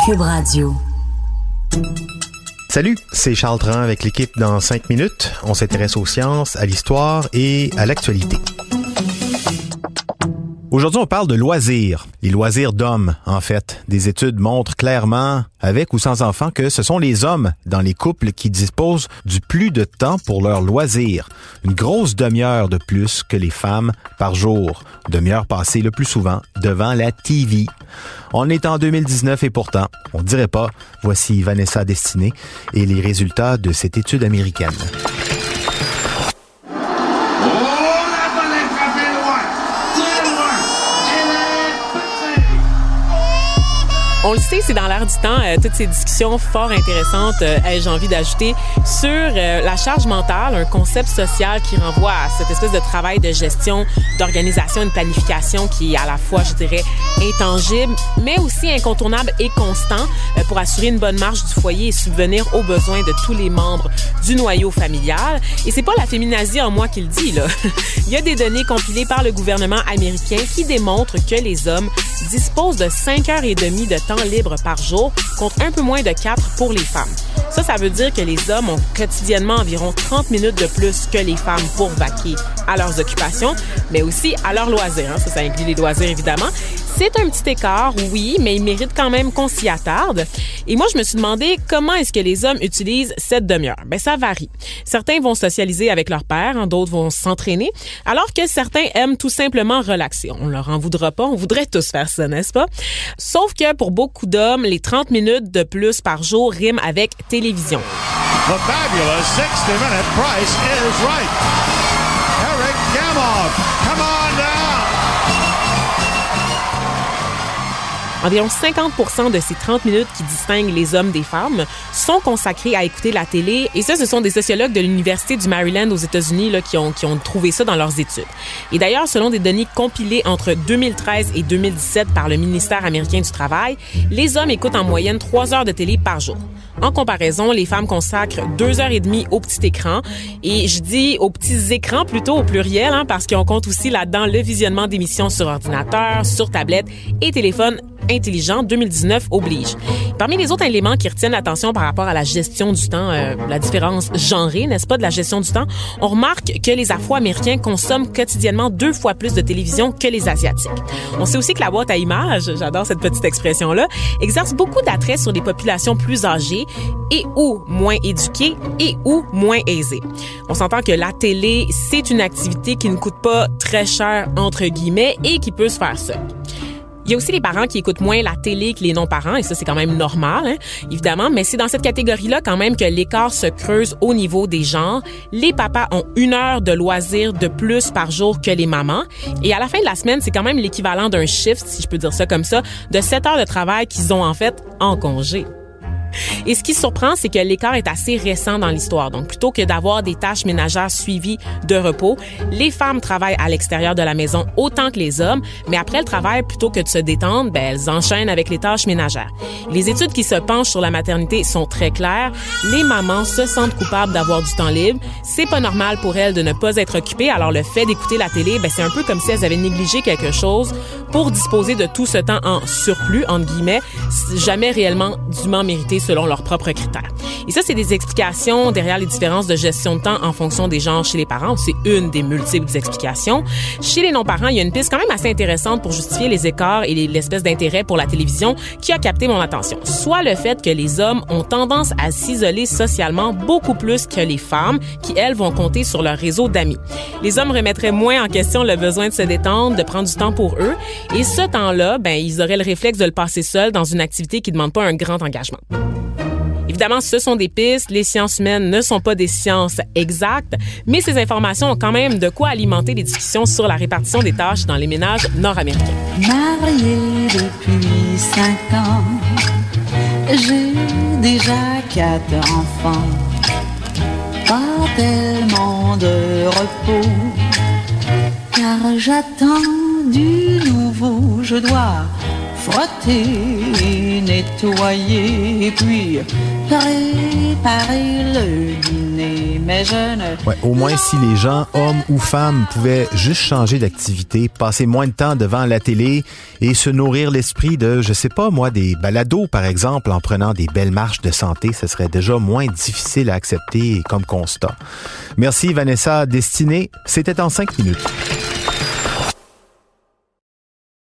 Cube Radio. Salut, c'est Charles Tran avec l'équipe dans 5 minutes. On s'intéresse aux sciences, à l'histoire et à l'actualité. Aujourd'hui, on parle de loisirs. Les loisirs d'hommes, en fait. Des études montrent clairement, avec ou sans enfants, que ce sont les hommes dans les couples qui disposent du plus de temps pour leurs loisirs. Une grosse demi-heure de plus que les femmes par jour. Demi-heure passée le plus souvent devant la TV. On est en 2019 et pourtant, on dirait pas. Voici Vanessa Destinée et les résultats de cette étude américaine. On le sait, c'est dans l'air du temps, toutes ces discussions fort intéressantes, j'ai envie d'ajouter, sur la charge mentale, un concept social qui renvoie à cette espèce de travail de gestion, d'organisation, de planification qui est à la fois, je dirais, intangible, mais aussi incontournable et constant pour assurer une bonne marche du foyer et subvenir aux besoins de tous les membres du noyau familial. Et c'est pas la féminazie en moi qui le dit, là. Il y a des données compilées par le gouvernement américain qui démontrent que les hommes disposent de 5h30 de temps libre par jour, contre un peu moins de 4 pour les femmes. Ça veut dire que les hommes ont quotidiennement environ 30 minutes de plus que les femmes pour vaquer à leurs occupations, mais aussi à leurs loisirs. Ça inclut les loisirs, évidemment. C'est un petit écart, oui, mais il mérite quand même qu'on s'y attarde. Et moi, je me suis demandé comment est-ce que les hommes utilisent cette demi-heure. Ça varie. Certains vont socialiser avec leur père, d'autres vont s'entraîner, alors que certains aiment tout simplement relaxer. On leur en voudra pas, on voudrait tous faire ça, n'est-ce pas? Sauf que pour beaucoup d'hommes, les 30 minutes de plus par jour riment avec télévision. The fabulous 60-minute price is right. Eric Gamov, come on down. Environ 50% de ces 30 minutes qui distinguent les hommes des femmes sont consacrés à écouter la télé. Et ça, ce sont des sociologues de l'Université du Maryland aux États-Unis là, qui ont trouvé ça dans leurs études. Et d'ailleurs, selon des données compilées entre 2013 et 2017 par le ministère américain du Travail, les hommes écoutent en moyenne 3 heures de télé par jour. En comparaison, les femmes consacrent 2h30 au petit écran. Et je dis aux petits écrans plutôt au pluriel, parce qu'on compte aussi là-dedans le visionnement d'émissions sur ordinateur, sur tablette et téléphone intelligent. 2019 oblige. Parmi les autres éléments qui retiennent l'attention par rapport à la gestion du temps, la différence genrée, n'est-ce pas, de la gestion du temps, on remarque que les Afro-Américains consomment quotidiennement 2 fois plus de télévision que les Asiatiques. On sait aussi que la boîte à images, j'adore cette petite expression-là, exerce beaucoup d'attrait sur des populations plus âgées et ou moins éduquées et ou moins aisées. On s'entend que la télé, c'est une activité qui ne coûte pas très cher, entre guillemets, et qui peut se faire seule. Il y a aussi les parents qui écoutent moins la télé que les non-parents, et ça, c'est quand même normal, évidemment, mais c'est dans cette catégorie-là quand même que l'écart se creuse au niveau des genres. Les papas ont 1 heure de loisirs de plus par jour que les mamans, et à la fin de la semaine, c'est quand même l'équivalent d'un shift, si je peux dire ça comme ça, de 7 heures de travail qu'ils ont en fait en congé. Et ce qui surprend, c'est que l'écart est assez récent dans l'histoire. Donc, plutôt que d'avoir des tâches ménagères suivies de repos, les femmes travaillent à l'extérieur de la maison autant que les hommes, mais après le travail, plutôt que de se détendre, elles enchaînent avec les tâches ménagères. Les études qui se penchent sur la maternité sont très claires. Les mamans se sentent coupables d'avoir du temps libre. C'est pas normal pour elles de ne pas être occupées. Alors, le fait d'écouter la télé, c'est un peu comme si elles avaient négligé quelque chose pour disposer de tout ce temps en surplus, entre guillemets, jamais réellement dûment mérité selon leurs propres critères. Et ça, c'est des explications derrière les différences de gestion de temps en fonction des genres chez les parents. C'est une des multiples explications. Chez les non-parents, il y a une piste quand même assez intéressante pour justifier les écarts et l'espèce d'intérêt pour la télévision qui a capté mon attention. Soit le fait que les hommes ont tendance à s'isoler socialement beaucoup plus que les femmes qui, elles, vont compter sur leur réseau d'amis. Les hommes remettraient moins en question le besoin de se détendre, de prendre du temps pour eux. Et ce temps-là, ils auraient le réflexe de le passer seul dans une activité qui ne demande pas un grand engagement. Évidemment, ce sont des pistes. Les sciences humaines ne sont pas des sciences exactes, mais ces informations ont quand même de quoi alimenter les discussions sur la répartition des tâches dans les ménages nord-américains. Mariée depuis 5 ans, j'ai déjà 4 enfants. Pas tellement de repos, car j'attends du nouveau. Je dois frotter, nettoyer, puis préparer le dîner. Mais je ne... Ouais, au moins si les gens, hommes ou femmes, pouvaient juste changer d'activité, passer moins de temps devant la télé et se nourrir l'esprit de, je sais pas moi, des balados par exemple, en prenant des belles marches de santé, ce serait déjà moins difficile à accepter comme constat. Merci Vanessa Destinée, c'était en 5 minutes.